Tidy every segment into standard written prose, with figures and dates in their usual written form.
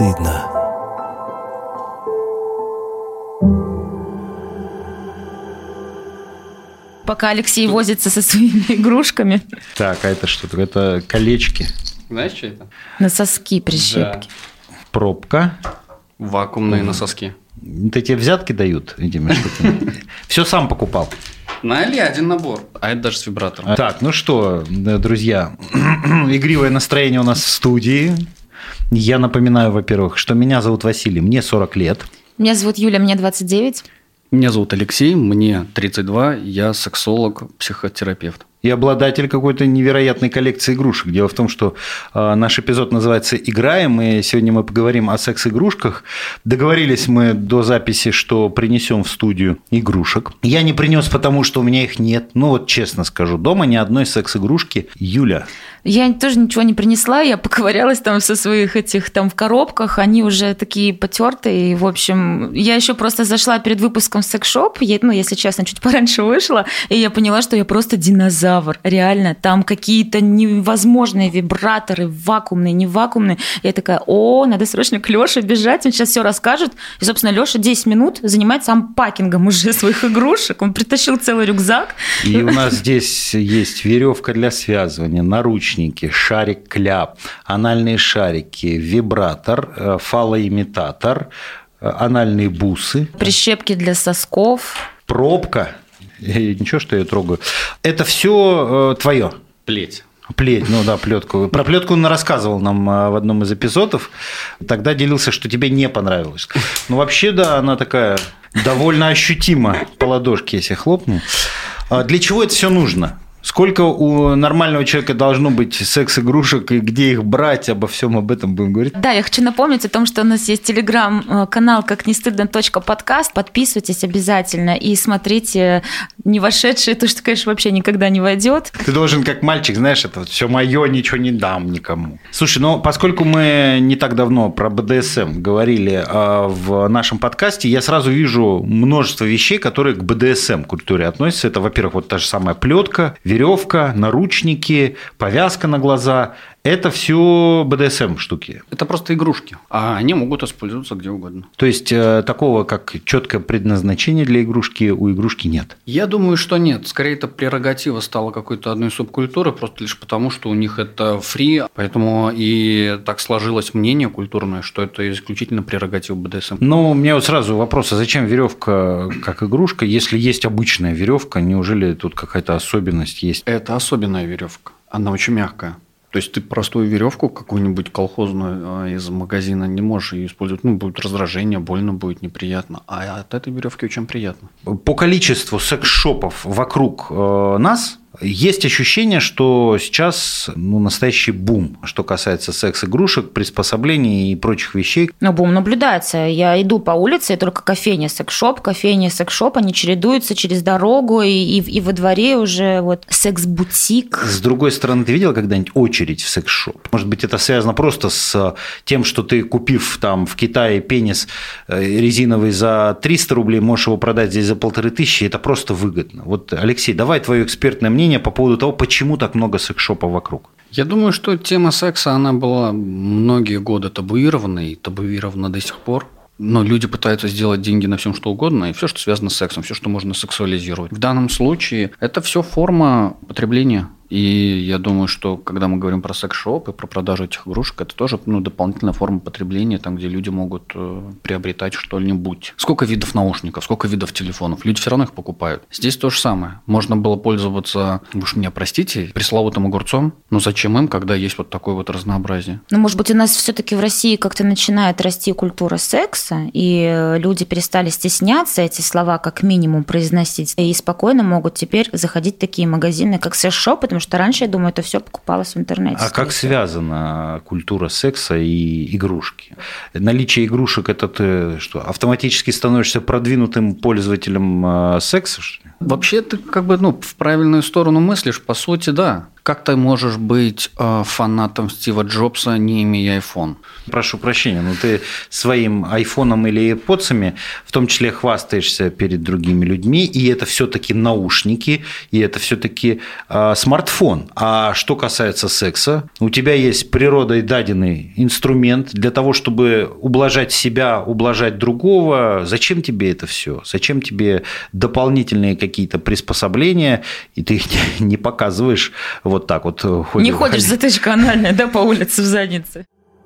стыдно. Пока Алексей возится со своими игрушками. Так, а это что? Это колечки. Знаешь, что это? На соски прищепки. Да. Пробка. Вакуумные на соски. Это тебе взятки дают этими штуками? Все сам покупал. На Али один набор. А это даже с вибратором. Так, ну что, друзья, игривое настроение у нас в студии. Я напоминаю, во-первых, что меня зовут Василий, мне 40 лет. Меня зовут Юля, мне 29. Меня зовут Алексей, мне 32, я сексолог, психотерапевт. И обладатель какой-то невероятной коллекции игрушек. Дело в том, что наш эпизод называется «Играем», и сегодня мы поговорим о секс-игрушках. Договорились мы до записи, что принесем в студию игрушек. Я не принес, потому что у меня их нет. Ну вот честно скажу, дома ни одной секс-игрушки. Юля. Я тоже ничего не принесла, я поковырялась там со своих этих там в коробках, они уже такие потертые, и, в общем, я еще просто зашла перед выпуском в секс-шоп, если честно, чуть пораньше вышла, и я поняла, что я просто динозавр, реально, там какие-то невозможные вибраторы, вакуумные, не вакуумные, я такая, надо срочно к Лёше бежать, он сейчас все расскажет, и, собственно, Лёша 10 минут занимается анпакингом уже своих игрушек, он притащил целый рюкзак. И у нас здесь есть веревка для связывания, наручники, шарик-кляп, анальные шарики, вибратор, фалоимитатор, анальные бусы. Прищепки для сосков. Пробка. Ничего, что я трогаю. Это все твое. Плеть. Плеть, плетку. Про плетку он рассказывал нам в одном из эпизодов. Тогда делился, что тебе не понравилось. Ну, вообще, да, она такая довольно ощутима по ладошке, если хлопну. Для чего это все нужно? Сколько у нормального человека должно быть секс-игрушек и где их брать? Обо всем об этом будем говорить. Да, я хочу напомнить о том, что у нас есть телеграм-канал «Как не стыдно. Подкаст». Подписывайтесь обязательно и смотрите не вошедшие, то, что, конечно, вообще никогда не войдет. Ты должен, как мальчик, знаешь, это все мое, ничего не дам никому. Слушай, поскольку мы не так давно про БДСМ говорили в нашем подкасте, я сразу вижу множество вещей, которые к БДСМ-культуре относятся. Это, во-первых, вот та же самая плетка, веревка, наручники, повязка на глаза. Это все БДСМ штуки. Это просто игрушки, а они могут использоваться где угодно. То есть такого, как четкое предназначение для игрушки, у игрушки нет? Я думаю, что нет. Скорее, это прерогатива стала какой-то одной субкультуры, просто лишь потому, что у них это фри, поэтому и так сложилось мнение культурное, что это исключительно прерогатива БДСМ. Ну, у меня вот сразу вопрос, а зачем веревка как игрушка, если есть обычная веревка, неужели тут какая-то особенность есть? Это особенная веревка, она очень мягкая. То есть ты простую веревку какую-нибудь колхозную из магазина не можешь ее использовать. Будет раздражение, больно будет, неприятно. А от этой веревки очень приятно. По количеству секс-шопов вокруг нас есть ощущение, что сейчас настоящий бум, что касается секс-игрушек, приспособлений и прочих вещей. Но бум наблюдается. Я иду по улице, и только кофейня, секс-шоп, они чередуются через дорогу, и во дворе уже секс-бутик. С другой стороны, ты видела когда-нибудь очередь в секс-шоп? Может быть, это связано просто с тем, что ты, купив там в Китае пенис резиновый за 300 рублей, можешь его продать здесь за 1500, это просто выгодно. Вот, Алексей, давай твое экспертное мнение по поводу того, почему так много секс-шопов вокруг. Я думаю, что тема секса, она была многие годы табуирована и табуирована до сих пор. Но люди пытаются сделать деньги на всем, что угодно, и все, что связано с сексом, все, что можно сексуализировать. В данном случае это все форма потребления. И я думаю, что когда мы говорим про секс-шоп и про продажу этих игрушек, это тоже дополнительная форма потребления, там, где люди могут приобретать что-нибудь. Сколько видов наушников, сколько видов телефонов. Люди все равно их покупают. Здесь то же самое. Можно было пользоваться, вы уж меня простите, пресловутым огурцом, но зачем им, когда есть вот такое вот разнообразие? Может быть, у нас все-таки в России как-то начинает расти культура секса, и люди перестали стесняться эти слова как минимум произносить, и спокойно могут теперь заходить в такие магазины, как секс-шоп, потому что раньше, я думаю, это все покупалось в интернете. А как связана культура секса и игрушки? Наличие игрушек – это ты что, автоматически становишься продвинутым пользователем секса, что ли? Вообще ты в правильную сторону мыслишь, по сути, да. Как ты можешь быть фанатом Стива Джобса, не имея iPhone? Прошу прощения, но ты своим айфоном или AirPods'ами в том числе хвастаешься перед другими людьми, и это все-таки наушники, и это все-таки смартфон. А что касается секса, у тебя есть природой даденный инструмент для того, чтобы ублажать себя, ублажать другого. Зачем тебе это все? Зачем тебе дополнительные какие-то приспособления, и ты их не показываешь вот так вот. Не ходишь затычка анальная, да, по улице в заднице.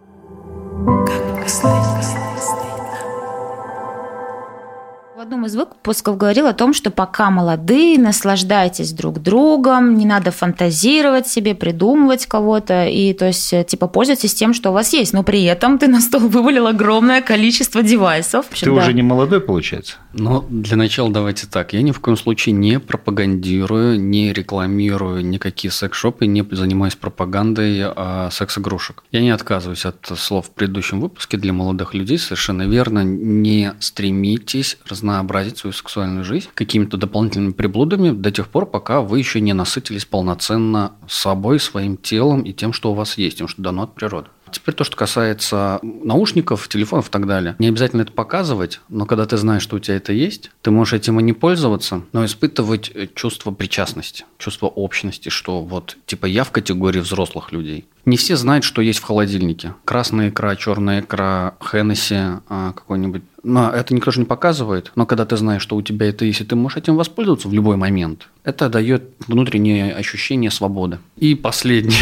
В одном из выпусков говорил о том, что пока молодые, наслаждайтесь друг другом, не надо фантазировать себе, придумывать кого-то, и то есть типа пользуйтесь тем, что у вас есть, но при этом ты на стол вывалил огромное количество девайсов. Ты уже не молодой, получается? Ну, для начала давайте так. Я ни в коем случае не пропагандирую, не рекламирую никакие секс-шопы, не занимаюсь пропагандой секс-игрушек. Я не отказываюсь от слов в предыдущем выпуске для молодых людей. Совершенно верно. Не стремитесь разнообразить свою сексуальную жизнь какими-то дополнительными приблудами до тех пор, пока вы еще не насытились полноценно собой, своим телом и тем, что у вас есть, тем, что дано от природы. Теперь то, что касается наушников, телефонов и так далее. Не обязательно это показывать, но когда ты знаешь, что у тебя это есть, ты можешь этим и не пользоваться, но испытывать чувство причастности, чувство общности, что вот типа я в категории взрослых людей. Не все знают, что есть в холодильнике. Красная икра, черная икра, Хеннесси какой-нибудь. Но это никто же не показывает. Но когда ты знаешь, что у тебя это есть, и ты можешь этим воспользоваться в любой момент, это дает внутреннее ощущение свободы. И последнее.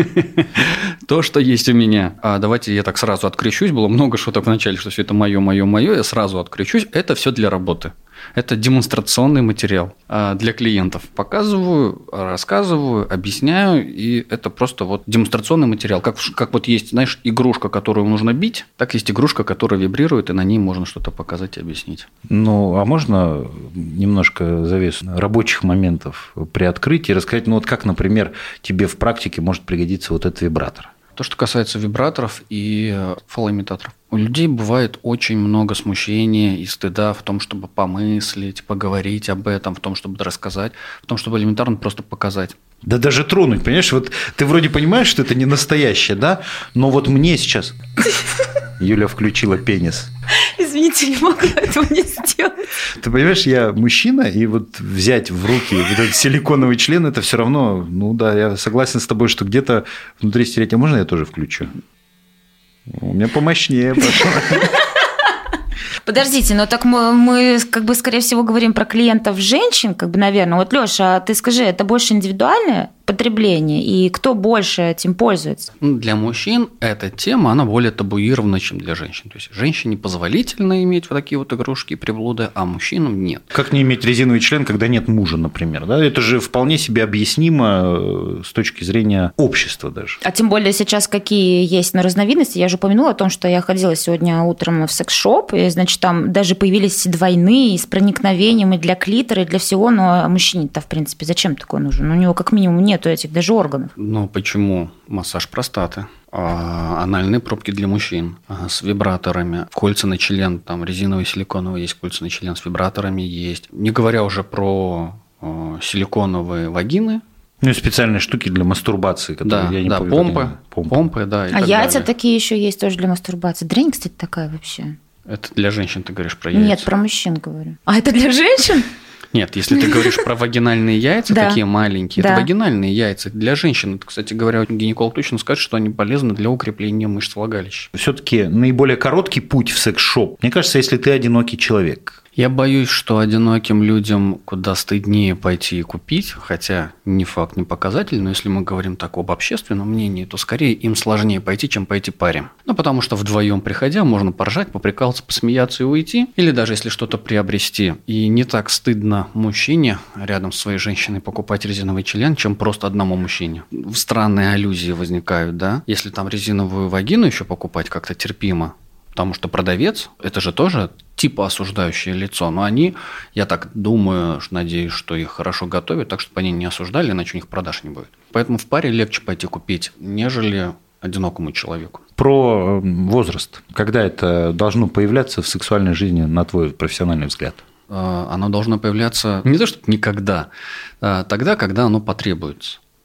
То, что есть у меня. Давайте я так сразу открещусь. Было много шуток в начале, что все это мое. Я сразу открещусь. Это все для работы. Это демонстрационный материал для клиентов. Показываю, рассказываю, объясняю, и это просто вот демонстрационный материал. Как вот есть, знаешь, игрушка, которую нужно бить, так есть игрушка, которая вибрирует, и на ней можно что-то показать и объяснить. Ну, а можно немножко завесу рабочих моментов приоткрыть и рассказать, ну вот как, например, тебе в практике может пригодиться вот этот вибратор? То, что касается вибраторов и фалоимитаторов. У людей бывает очень много смущения и стыда в том, чтобы помыслить, поговорить об этом, в том, чтобы рассказать, в том, чтобы элементарно просто показать. Да даже тронуть, понимаешь? Вот ты вроде понимаешь, что это не настоящее, да? Но вот мне сейчас... Юля включила пенис. Извините, не могу этого не сделать. Ты понимаешь, я мужчина, и вот взять в руки вот этот силиконовый член, это все равно, ну да, я согласен с тобой, что где-то внутри стереть. А можно я тоже включу? У меня помощнее пошло. Подождите, но так мы как бы, скорее всего, говорим про клиентов женщин, как бы, наверное. Вот, Лёша, а ты скажи, это больше индивидуальное потребление, и кто больше этим пользуется? Для мужчин эта тема, она более табуирована, чем для женщин. То есть женщине позволительно иметь вот такие вот игрушки и приблуды, а мужчинам нет. Как не иметь резиновый член, когда нет мужа, например? Да? Это же вполне себе объяснимо с точки зрения общества даже. А тем более сейчас какие есть разновидности. Я же упомянула о том, что я ходила сегодня утром в секс-шоп, и, значит, там даже появились двойные с проникновением и для клитора, и для всего, но мужчине-то, в принципе, зачем такое нужно? У него как минимум нету этих даже органов. Ну, почему? Массаж простаты. Анальные пробки для мужчин с вибраторами, кольца на член, там резиновые, силиконовые, есть кольца на член с вибраторами, есть. Не говоря уже про силиконовые вагины. Ну, и специальные штуки для мастурбации, которые, да, я не да, помню. Помпы, да. А яйца далее. Такие еще есть тоже для мастурбации. Дрянь, кстати, такая вообще. Это для женщин ты говоришь про яйца? Нет, про мужчин говорю. А это для женщин? Нет, если ты говоришь про вагинальные яйца, такие маленькие, это вагинальные яйца для женщин. Это, кстати говоря, гинеколог точно скажет, что они полезны для укрепления мышц влагалища. Все-таки наиболее короткий путь в секс-шоп. Мне кажется, если ты одинокий человек. Я боюсь, что одиноким людям куда стыднее пойти и купить, хотя не факт, не показатель, но если мы говорим так об общественном мнении, то скорее им сложнее пойти, чем пойти паре. Ну, потому что вдвоем приходя, можно поржать, поприкалываться, посмеяться и уйти, или даже если что-то приобрести. И не так стыдно мужчине рядом с своей женщиной покупать резиновый член, чем просто одному мужчине. Странные аллюзии возникают, да? Если там резиновую вагину еще покупать как-то терпимо, потому что продавец – это же тоже типа осуждающее лицо. Но они, я так думаю, надеюсь, что их хорошо готовят, так чтобы они не осуждали, иначе у них продаж не будет. Поэтому в паре легче пойти купить, нежели одинокому человеку. Про возраст. Когда это должно появляться в сексуальной жизни, на твой профессиональный взгляд? Оно должно появляться не то, что никогда, а тогда, когда оно потребуется.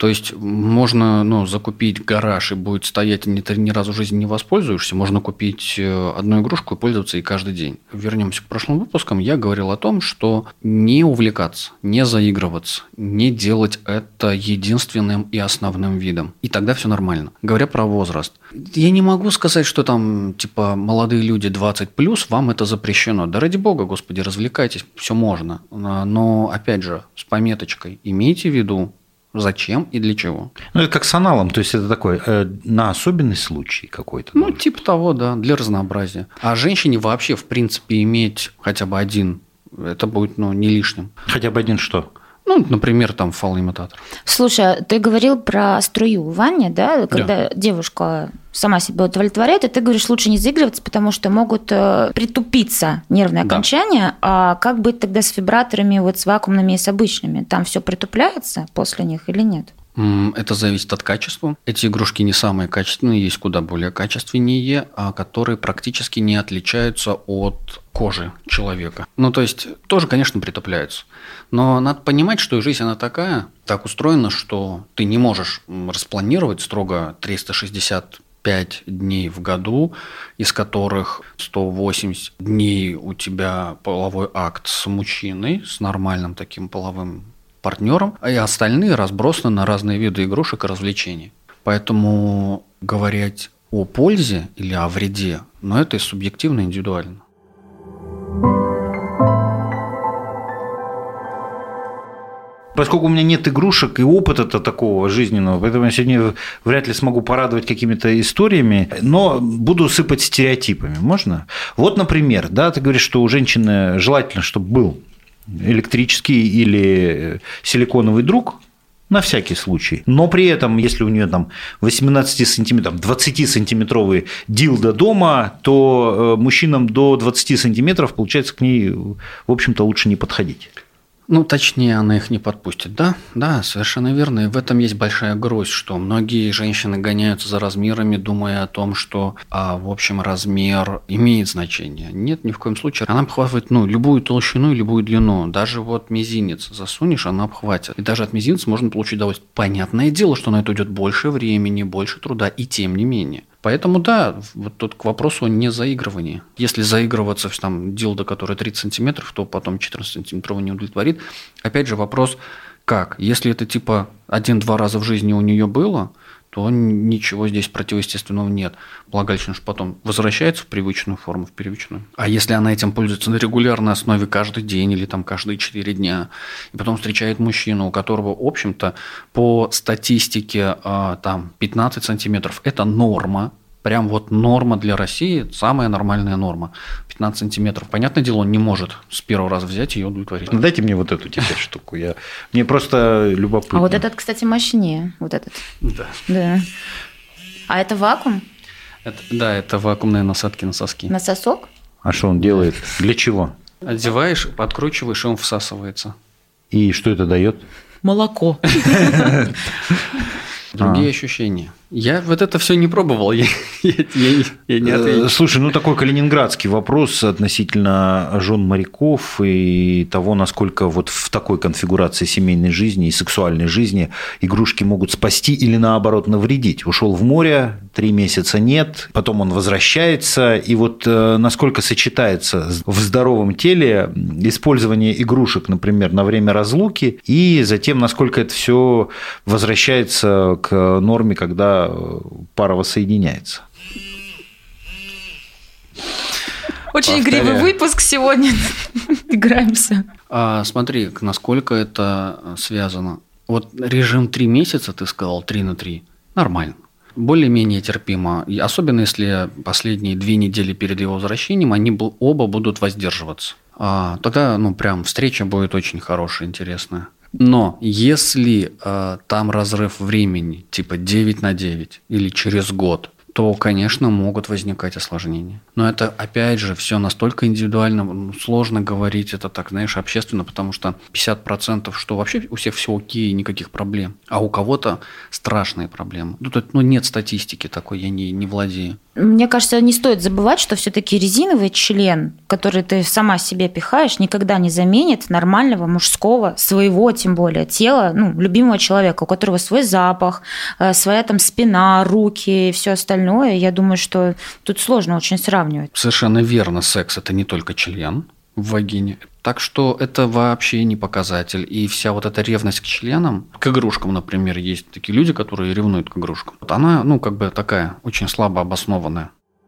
То есть можно закупить гараж и будет стоять, и ни разу в жизни не воспользуешься. Можно купить одну игрушку и пользоваться ей каждый день. Вернемся к прошлым выпускам. Я говорил о том, что не увлекаться, не заигрываться, не делать это единственным и основным видом. И тогда все нормально. Говоря про возраст. Я не могу сказать, что там молодые люди 20+, вам это запрещено. Да ради бога, господи, развлекайтесь, все можно. Но, опять же, с пометочкой. Имейте в виду, зачем и для чего. Это как с аналом, то есть это такой на особенный случай какой-то. Типа того, да, для разнообразия. А женщине вообще, в принципе, иметь хотя бы один, это будет не лишним. Хотя бы один что? Например, фалоимитатор. Слушай, ты говорил про струю в ванне, да? Когда девушка сама себя удовлетворяет, и ты говоришь, лучше не заигрываться, потому что могут притупиться нервные окончания. А как быть тогда с вибраторами, с вакуумными и с обычными? Там все притупляется после них или нет? Это зависит от качества. Эти игрушки не самые качественные, есть куда более качественнее, которые практически не отличаются от кожи человека. То есть, тоже, конечно, притупляются. Но надо понимать, что жизнь, она так устроена, что ты не можешь распланировать строго 365 дней в году, из которых 180 дней у тебя половой акт с мужчиной, с нормальным таким половым партнером, и остальные разбросаны на разные виды игрушек и развлечений. Поэтому говорить о пользе или о вреде, это субъективно, индивидуально. Поскольку у меня нет игрушек и опыта-то такого жизненного, поэтому я сегодня вряд ли смогу порадовать какими-то историями, но буду сыпать стереотипами. Можно? Вот, например, ты говоришь, что у женщины желательно, чтобы был электрический или силиконовый друг, на всякий случай. Но при этом, если у нее 18 сантиметров, 20-сантиметровый дилдо дома, то мужчинам до 20 сантиметров, получается, к ней, в общем-то, лучше не подходить. Точнее, она их не подпустит, да? Да, совершенно верно. И в этом есть большая грусть, что многие женщины гоняются за размерами, думая о том, что, в общем, размер имеет значение. Нет, ни в коем случае. Она обхватывает, любую толщину и любую длину. Даже мизинец засунешь, она обхватит. И даже от мизинца можно получить удовольствие. Понятное дело, что на это уйдет больше времени, больше труда, и тем не менее. Поэтому, да, тут к вопросу о незаигрывании. Если заигрываться в дилдо, который 30 сантиметров, то потом 14-сантиметровый не удовлетворит. Опять же, вопрос, как? Если это 1-2 раза в жизни у нее было, то ничего здесь противоестественного нет. Влагалище потом возвращается в привычную форму, в первичную. А если она этим пользуется на регулярной основе каждый день или каждые 4 дня, и потом встречает мужчину, у которого, в общем-то, по статистике 15 сантиметров – это норма, прям норма для России, самая нормальная норма. 15 сантиметров. Понятное дело, он не может с первого раза взять ее удовлетворить. Дайте мне эту теперь штуку. Мне просто любопытно. А этот, кстати, мощнее. Этот. Да. А это вакуум? Это вакуумные насадки на соски. На сосок? А что он делает? Для чего? Одеваешь, подкручиваешь, и он всасывается. И что это дает? Молоко. Другие ощущения. Я это все не пробовал, я не отвечу. Слушай, такой калининградский вопрос относительно жен моряков и того, насколько в такой конфигурации семейной жизни и сексуальной жизни игрушки могут спасти или наоборот навредить. Ушел в море, 3 месяца нет, потом он возвращается, и насколько сочетается в здоровом теле использование игрушек, например, на время разлуки, и затем, насколько это все возвращается к норме, когда пара воссоединяется. Очень игривый выпуск сегодня. Играемся. Смотри, насколько это связано. Режим 3 месяца, ты сказал, 3/3. Нормально. Более-менее терпимо. И особенно, если последние 2 недели перед его возвращением они оба будут воздерживаться. Тогда, прям встреча будет очень хорошая, интересная. Но если там разрыв времени, 9/9, или через год, то, конечно, могут возникать осложнения. Но это, опять же, все настолько индивидуально, сложно говорить это так, знаешь, общественно, потому что 50%, что вообще у всех все окей, никаких проблем, а у кого-то страшные проблемы. Тут нет статистики такой, я не владею. Мне кажется, не стоит забывать, что все-таки резиновый член, который ты сама себе пихаешь, никогда не заменит нормального мужского, своего тем более, тела, любимого человека, у которого свой запах, своя там спина, руки и все остальное. Я думаю, что тут сложно очень сравнивать. Совершенно верно, секс – это не только член в вагине. Так что это вообще не показатель. И вся вот эта ревность к членам, к игрушкам, например, есть такие люди, которые ревнуют к игрушкам. Вот она, такая, очень слабо обоснованная.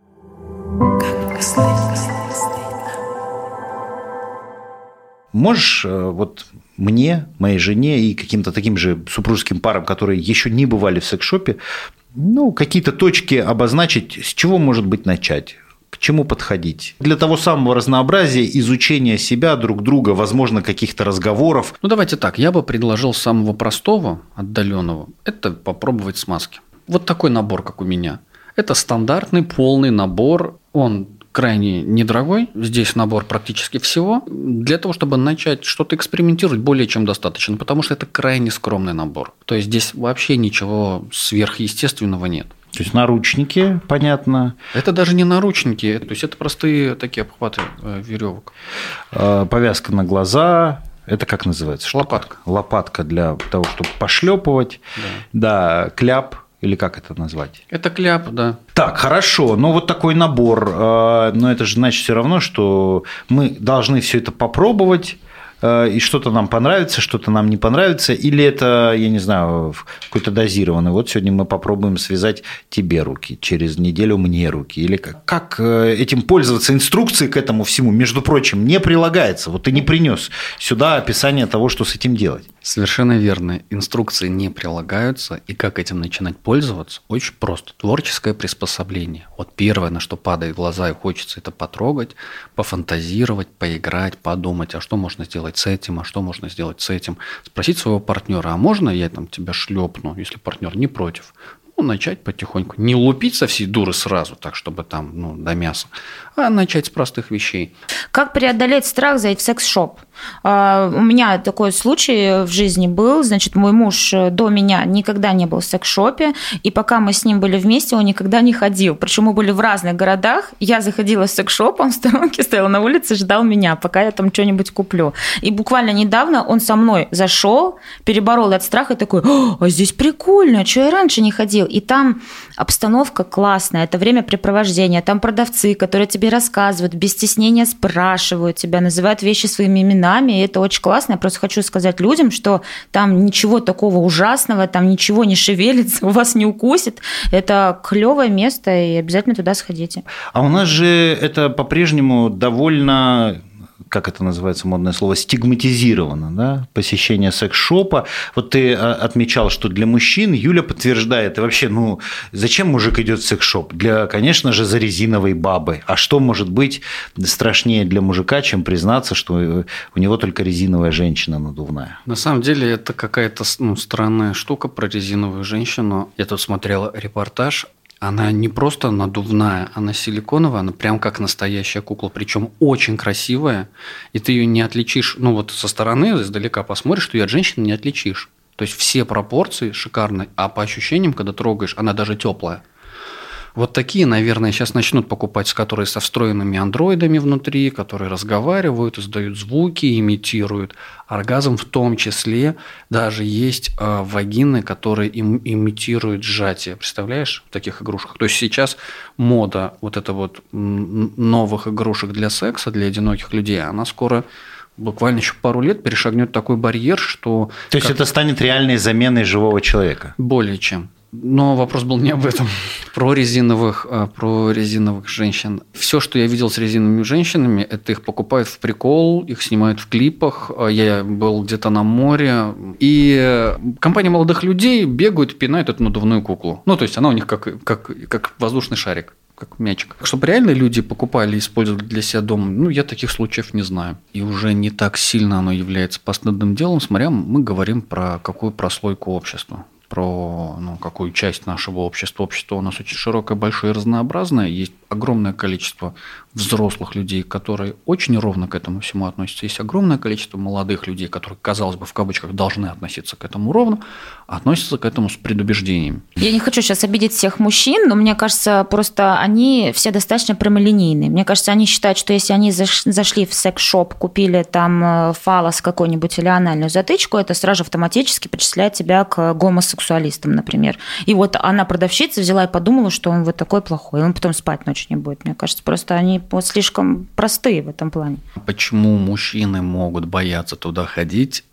Можешь вот мне, моей жене и каким-то таким же супружеским парам, которые еще не бывали в секс-шопе, какие-то точки обозначить, с чего, может быть, начать? К чему подходить? Для того самого разнообразия, изучения себя, друг друга, возможно, каких-то разговоров. Давайте так, я бы предложил самого простого, отдаленного, это попробовать смазки. Вот такой набор, как у меня. Это стандартный полный набор, он крайне недорогой, здесь набор практически всего. Для того, чтобы начать что-то экспериментировать, более чем достаточно, потому что это крайне скромный набор. То есть здесь вообще ничего сверхъестественного нет. То есть наручники, понятно. Это даже не наручники, то есть это простые такие обхваты веревок. Повязка на глаза. Это как называется? Лопатка. Лопатка для того, чтобы пошлепывать. Да, кляп. Или как это назвать? Это кляп, да. Так, хорошо. Вот такой набор. Но это же значит все равно, что мы должны все это попробовать. И что-то нам понравится, что-то нам не понравится, или это, я не знаю, какой-то дозированный. Вот сегодня мы попробуем связать тебе руки, через неделю мне руки. Или как этим пользоваться? Инструкции к этому всему, между прочим, не прилагается. Вот ты не принес сюда описание того, что с этим делать. Совершенно верно. Инструкции не прилагаются, и как этим начинать пользоваться? Очень просто. Творческое приспособление. Вот первое, на что падает в глаза и хочется, это потрогать, пофантазировать, поиграть, подумать, а что можно сделать с этим, а что можно сделать с этим. Спросить своего партнера, а можно я тебя шлепну, если партнер не против? Начать потихоньку. Не лупить со всей дуры сразу, так, чтобы там, до мяса, а начать с простых вещей. Как преодолеть страх зайти в секс-шоп? У меня такой случай в жизни был. Значит, мой муж до меня никогда не был в секс-шопе, и пока мы с ним были вместе, он никогда не ходил. Причем мы были в разных городах. Я заходила в секс-шоп, он в сторонке стоял на улице, ждал меня, пока я там что-нибудь куплю. И буквально недавно он со мной зашел, переборол этот страх и такой: а здесь прикольно, что я раньше не ходил? И там обстановка классная, это времяпрепровождение, там продавцы, которые тебе рассказывают, без стеснения спрашивают тебя, называют вещи своими именами, и это очень классно. Я просто хочу сказать людям, что там ничего такого ужасного, там ничего не шевелится, у вас не укусит. Это клевое место, и обязательно туда сходите. А у нас же это по-прежнему довольно... как это называется, модное слово, стигматизировано, да, посещение секс-шопа. Вот ты отмечал, что для мужчин, Юля подтверждает, и вообще, зачем мужик идет в секс-шоп? Конечно же, за резиновой бабой. А что может быть страшнее для мужика, чем признаться, что у него только резиновая женщина надувная? На самом деле, это какая-то странная штука про резиновую женщину. Я тут смотрел репортаж. Она не просто надувная, она силиконовая, она прям как настоящая кукла, причем очень красивая, и ты ее не отличишь, со стороны, издалека посмотришь, что ее от женщины не отличишь. То есть все пропорции шикарные, а по ощущениям, когда трогаешь, она даже теплая. Вот такие, наверное, сейчас начнут покупать, которые со встроенными андроидами внутри, которые разговаривают, издают звуки, имитируют оргазм, в том числе даже есть вагины, которые имитируют сжатие. Представляешь, в таких игрушках? То есть сейчас мода новых игрушек для секса, для одиноких людей, она скоро... буквально еще пару лет перешагнет такой барьер, что... То есть это станет реальной заменой живого человека? Более чем. Но вопрос был не об этом. Про резиновых женщин. Все, что я видел с резиновыми женщинами, это их покупают в прикол, их снимают в клипах. Я был где-то на море, и компания молодых людей бегают, пинают эту надувную куклу. То есть она у них как воздушный шарик, как мячик. Чтобы реально люди покупали и использовали для себя дома, я таких случаев не знаю. И уже не так сильно оно является постыдным делом, смотря мы говорим про какую прослойку общества. про какую часть нашего общества. Общество у нас очень широкое, большое и разнообразное. Есть огромное количество взрослых людей, которые очень ровно к этому всему относятся. Есть огромное количество молодых людей, которые, казалось бы, в кавычках, должны относиться к этому ровно, а относятся к этому с предубеждениями. Я не хочу сейчас обидеть всех мужчин, но мне кажется, просто они все достаточно прямолинейные. Мне кажется, они считают, что если они зашли в секс-шоп, купили там фалос какой-нибудь или анальную затычку, это сразу автоматически причисляет тебя к гомосексуалистам, например. И вот она, продавщица, взяла и подумала, что он вот такой плохой, и он потом спать ночью не будет. Мне кажется, просто они вот слишком простые в этом плане. Почему мужчины могут бояться туда ходить,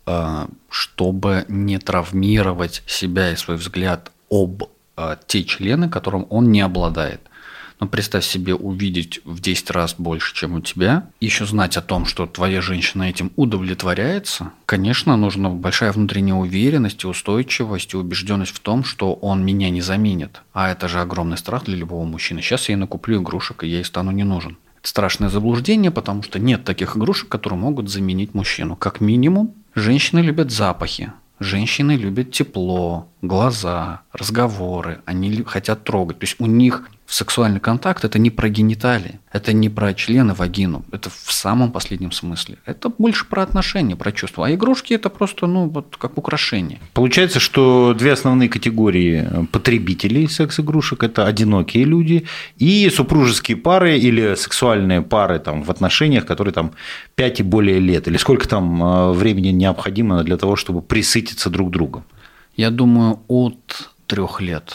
чтобы не травмировать себя и свой взгляд об те члены, которым он не обладает? Но представь себе увидеть в 10 раз больше, чем у тебя, еще знать о том, что твоя женщина этим удовлетворяется. Конечно, нужна большая внутренняя уверенность и устойчивость и убежденность в том, что он меня не заменит. А это же огромный страх для любого мужчины. Сейчас я ей накуплю игрушек, и я ей стану не нужен. Это страшное заблуждение, потому что нет таких игрушек, которые могут заменить мужчину. Как минимум, женщины любят запахи. Женщины любят тепло, глаза, разговоры, они хотят трогать. То есть у них сексуальный контакт – это не про гениталии, это не про члены, вагину, это в самом последнем смысле. Это больше про отношения, про чувства. А игрушки – это просто, вот как украшение. Получается, что две основные категории потребителей секс-игрушек – это одинокие люди и супружеские пары или сексуальные пары там, в отношениях, которые там 5 и более лет. Или сколько там времени необходимо для того, чтобы присытиться друг другом? Я думаю, от 3 лет.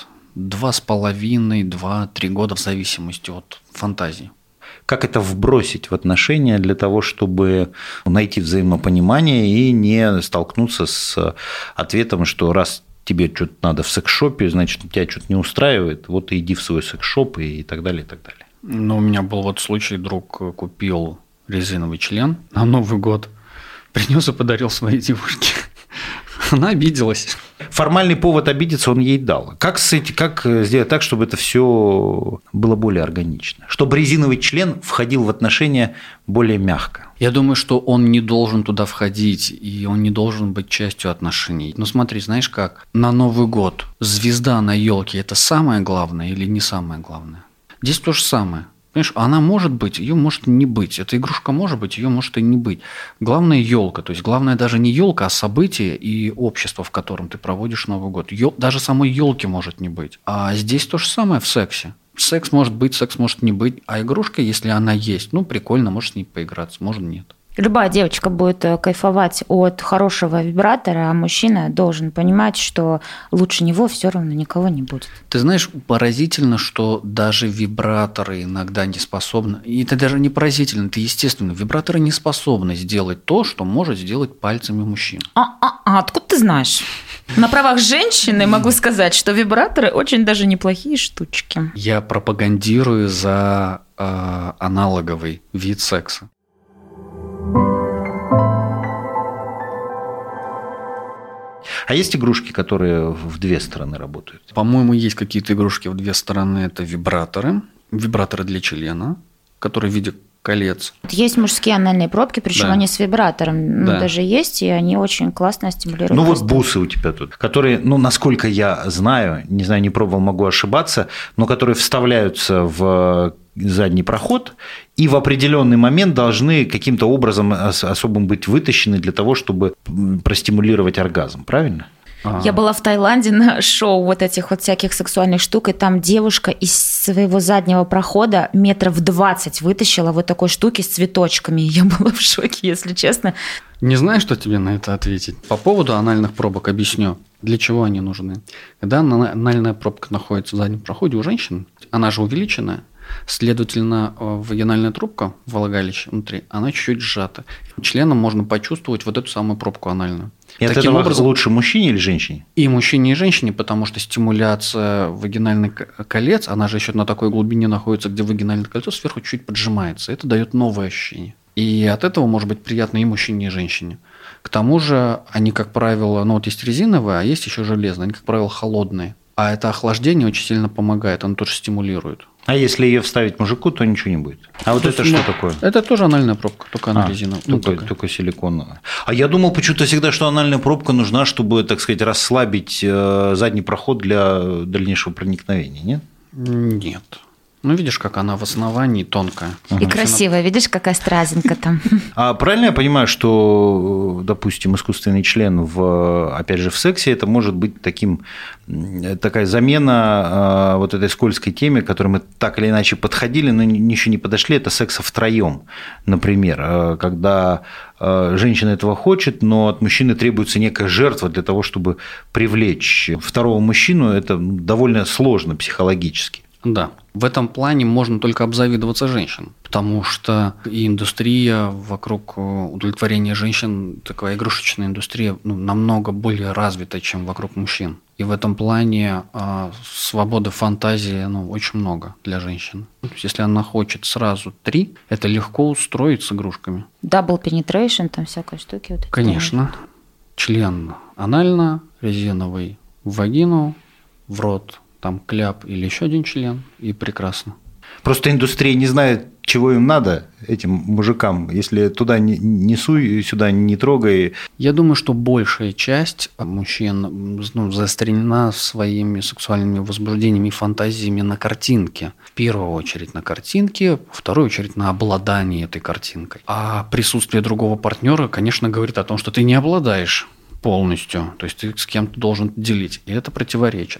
2,5, 2-3 года в зависимости от фантазии. Как это вбросить в отношения для того, чтобы найти взаимопонимание и не столкнуться с ответом, что раз тебе что-то надо в секс-шопе, значит, тебя что-то не устраивает, вот и иди в свой секс-шоп и так далее, и так далее. У меня был вот случай, друг купил резиновый член на Новый год, принес и подарил своей девушке. Она обиделась. Формальный повод обидеться он ей дал. Как сделать так, чтобы это все было более органично? Чтобы резиновый член входил в отношения более мягко? Я думаю, что он не должен туда входить, и он не должен быть частью отношений. Но смотри, знаешь как? На Новый год звезда на елке – это самое главное или не самое главное? Здесь то же самое. Понимаешь, она может быть, ее может не быть. Эта игрушка может быть, ее может и не быть. Главное елка. То есть главное даже не елка, а событие и общество, в котором ты проводишь Новый год. Даже самой елки может не быть. А здесь то же самое в сексе. Секс может быть, секс может не быть. А игрушка, если она есть, прикольно, можешь с ней поиграться, может нет. Любая девочка будет кайфовать от хорошего вибратора, а мужчина должен понимать, что лучше него все равно никого не будет. Ты знаешь, поразительно, что даже вибраторы иногда не способны, и это даже не поразительно, это естественно, вибраторы не способны сделать то, что может сделать пальцами мужчина. Откуда ты знаешь? На правах женщины могу сказать, что вибраторы очень даже неплохие штучки. Я пропагандирую за аналоговый вид секса. А есть игрушки, которые в две стороны работают? По-моему, есть какие-то игрушки в две стороны. Это вибраторы. Вибраторы для члена, которые в виде колец. Есть мужские анальные пробки, причем они с вибратором даже есть, и они очень классно стимулируют. Вот бусы у тебя тут, которые, насколько я знаю, не знаю, не пробовал, могу ошибаться, но которые вставляются в задний проход и в определенный момент должны каким-то образом особым быть вытащены для того, чтобы простимулировать оргазм, правильно? Я была в Таиланде на шоу вот этих вот всяких сексуальных штук, и там девушка из своего заднего прохода 20 метров вытащила вот такой штуки с цветочками. Я была в шоке, если честно. Не знаю, что тебе на это ответить. По поводу анальных пробок объясню, для чего они нужны. Когда анальная пробка находится в заднем проходе у женщин, она же увеличенная, следовательно, вагинальная трубка, влагалище внутри, она чуть-чуть сжата. Членом можно почувствовать вот эту самую пробку анальную. И от этого лучше мужчине или женщине? И мужчине, и женщине, потому что стимуляция вагинальных колец, она же еще на такой глубине находится, где вагинальное кольцо сверху чуть поджимается. Это дает новое ощущение. И от этого может быть приятно и мужчине, и женщине. К тому же они, как правило, есть резиновые, а есть еще железные, они, как правило, холодные. А это охлаждение очень сильно помогает, оно тоже стимулирует. А если ее вставить мужику, то ничего не будет. А вот это что такое? Это тоже анальная пробка, только она резиновая. Только силиконовая. А я думал почему-то всегда, что анальная пробка нужна, чтобы, так сказать, расслабить задний проход для дальнейшего проникновения, нет? Нет. Ну, видишь, как она в основании тонкая. И красивая, видишь, какая стразинка там. А правильно я понимаю, что, допустим, искусственный член, опять же, в сексе, это может быть такая замена вот этой скользкой теме, к которой мы так или иначе подходили, но еще не подошли, это секса втроем, например, когда женщина этого хочет, но от мужчины требуется некая жертва для того, чтобы привлечь второго мужчину, это довольно сложно психологически. Да. В этом плане можно только обзавидоваться женщин, потому что и индустрия вокруг удовлетворения женщин, такая игрушечная индустрия, намного более развита, чем вокруг мужчин. И в этом плане свободы фантазии очень много для женщин. Если она хочет сразу 3, это легко устроить с игрушками. Double penetration, там всякие штуки. Вот конечно. Член анально, резиновый в вагину, в рот. Там кляп или еще один член, и прекрасно. Просто индустрия не знает, чего им надо, этим мужикам, если туда не суй, сюда не трогай. Я думаю, что большая часть мужчин заострена своими сексуальными возбуждениями и фантазиями на картинке. В первую очередь на картинке, во вторую очередь на обладании этой картинкой. А присутствие другого партнера, конечно, говорит о том, что ты не обладаешь полностью, то есть ты с кем-то должен делить, и это противоречит.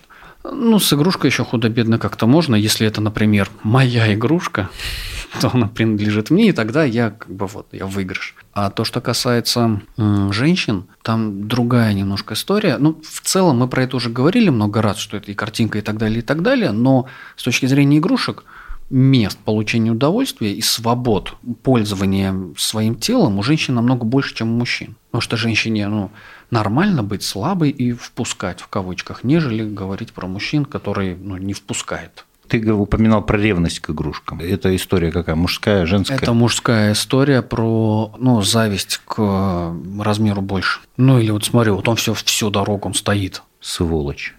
С игрушкой еще худо-бедно как-то можно. Если это, например, моя игрушка, то она принадлежит мне, и тогда я я выигрыш. А то, что касается женщин, там другая немножко история. В целом мы про это уже говорили много раз, что это и картинка, и так далее, но с точки зрения игрушек, мест получения удовольствия и свобод пользования своим телом у женщин намного больше, чем у мужчин. Потому что женщине, нормально быть слабой и впускать, в кавычках, нежели говорить про мужчин, которые не впускают. Ты упоминал про ревность к игрушкам. Это история какая? Мужская, женская? Это мужская история про зависть к размеру больше. Или вот смотри, вот он всю дорогу он стоит. Сволочь.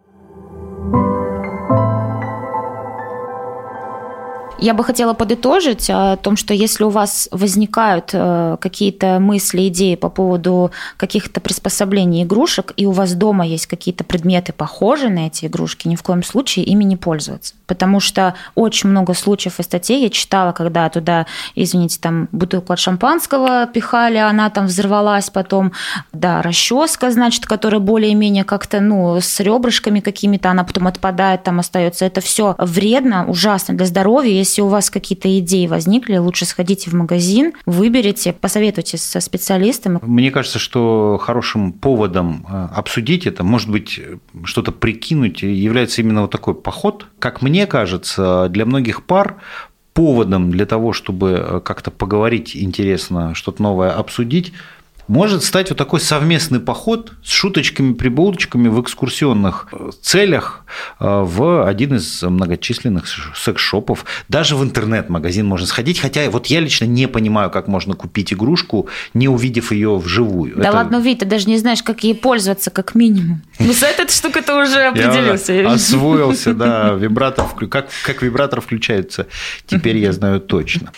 Я бы хотела подытожить о том, что если у вас возникают какие-то мысли, идеи по поводу каких-то приспособлений игрушек, и у вас дома есть какие-то предметы, похожие на эти игрушки, ни в коем случае ими не пользоваться. Потому что очень много случаев и статей я читала, когда туда, извините, там бутылку от шампанского пихали, она там взорвалась потом. Да, расческа, значит, которая более-менее как-то, с ребрышками какими-то, она потом отпадает, там остается. Это все вредно, ужасно для здоровья. Если у вас какие-то идеи возникли, лучше сходите в магазин, выберите, посоветуйтесь со специалистом. Мне кажется, что хорошим поводом обсудить это, может быть, что-то прикинуть, является именно вот такой поход. Как мне кажется, для многих пар поводом для того, чтобы как-то поговорить интересно, что-то новое обсудить, может стать вот такой совместный поход с шуточками, прибауточками в экскурсионных целях в один из многочисленных секс-шопов. Даже в интернет-магазин можно сходить, хотя вот я лично не понимаю, как можно купить игрушку, не увидев ее вживую. Да ладно, Вить, ты даже не знаешь, как ей пользоваться, как минимум. С этой штукой ты уже определился. Я освоился, да, вибратор, как вибратор включается, теперь я знаю точно.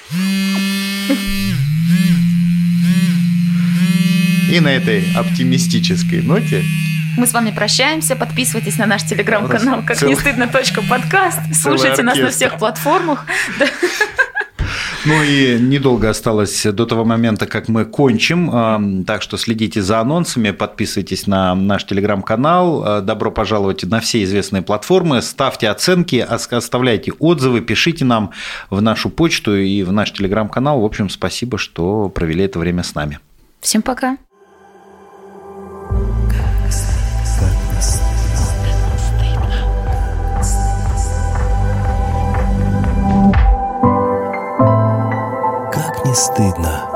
И на этой оптимистической ноте мы с вами прощаемся. Подписывайтесь на наш телеграм-канал «Как не стыдно. Подкаст». Слушайте нас на всех платформах. И недолго осталось до того момента, как мы кончим. Так что следите за анонсами, подписывайтесь на наш телеграм-канал. Добро пожаловать на все известные платформы. Ставьте оценки, оставляйте отзывы, пишите нам в нашу почту и в наш телеграм-канал. В общем, спасибо, что провели это время с нами. Всем пока. Как не стыдно.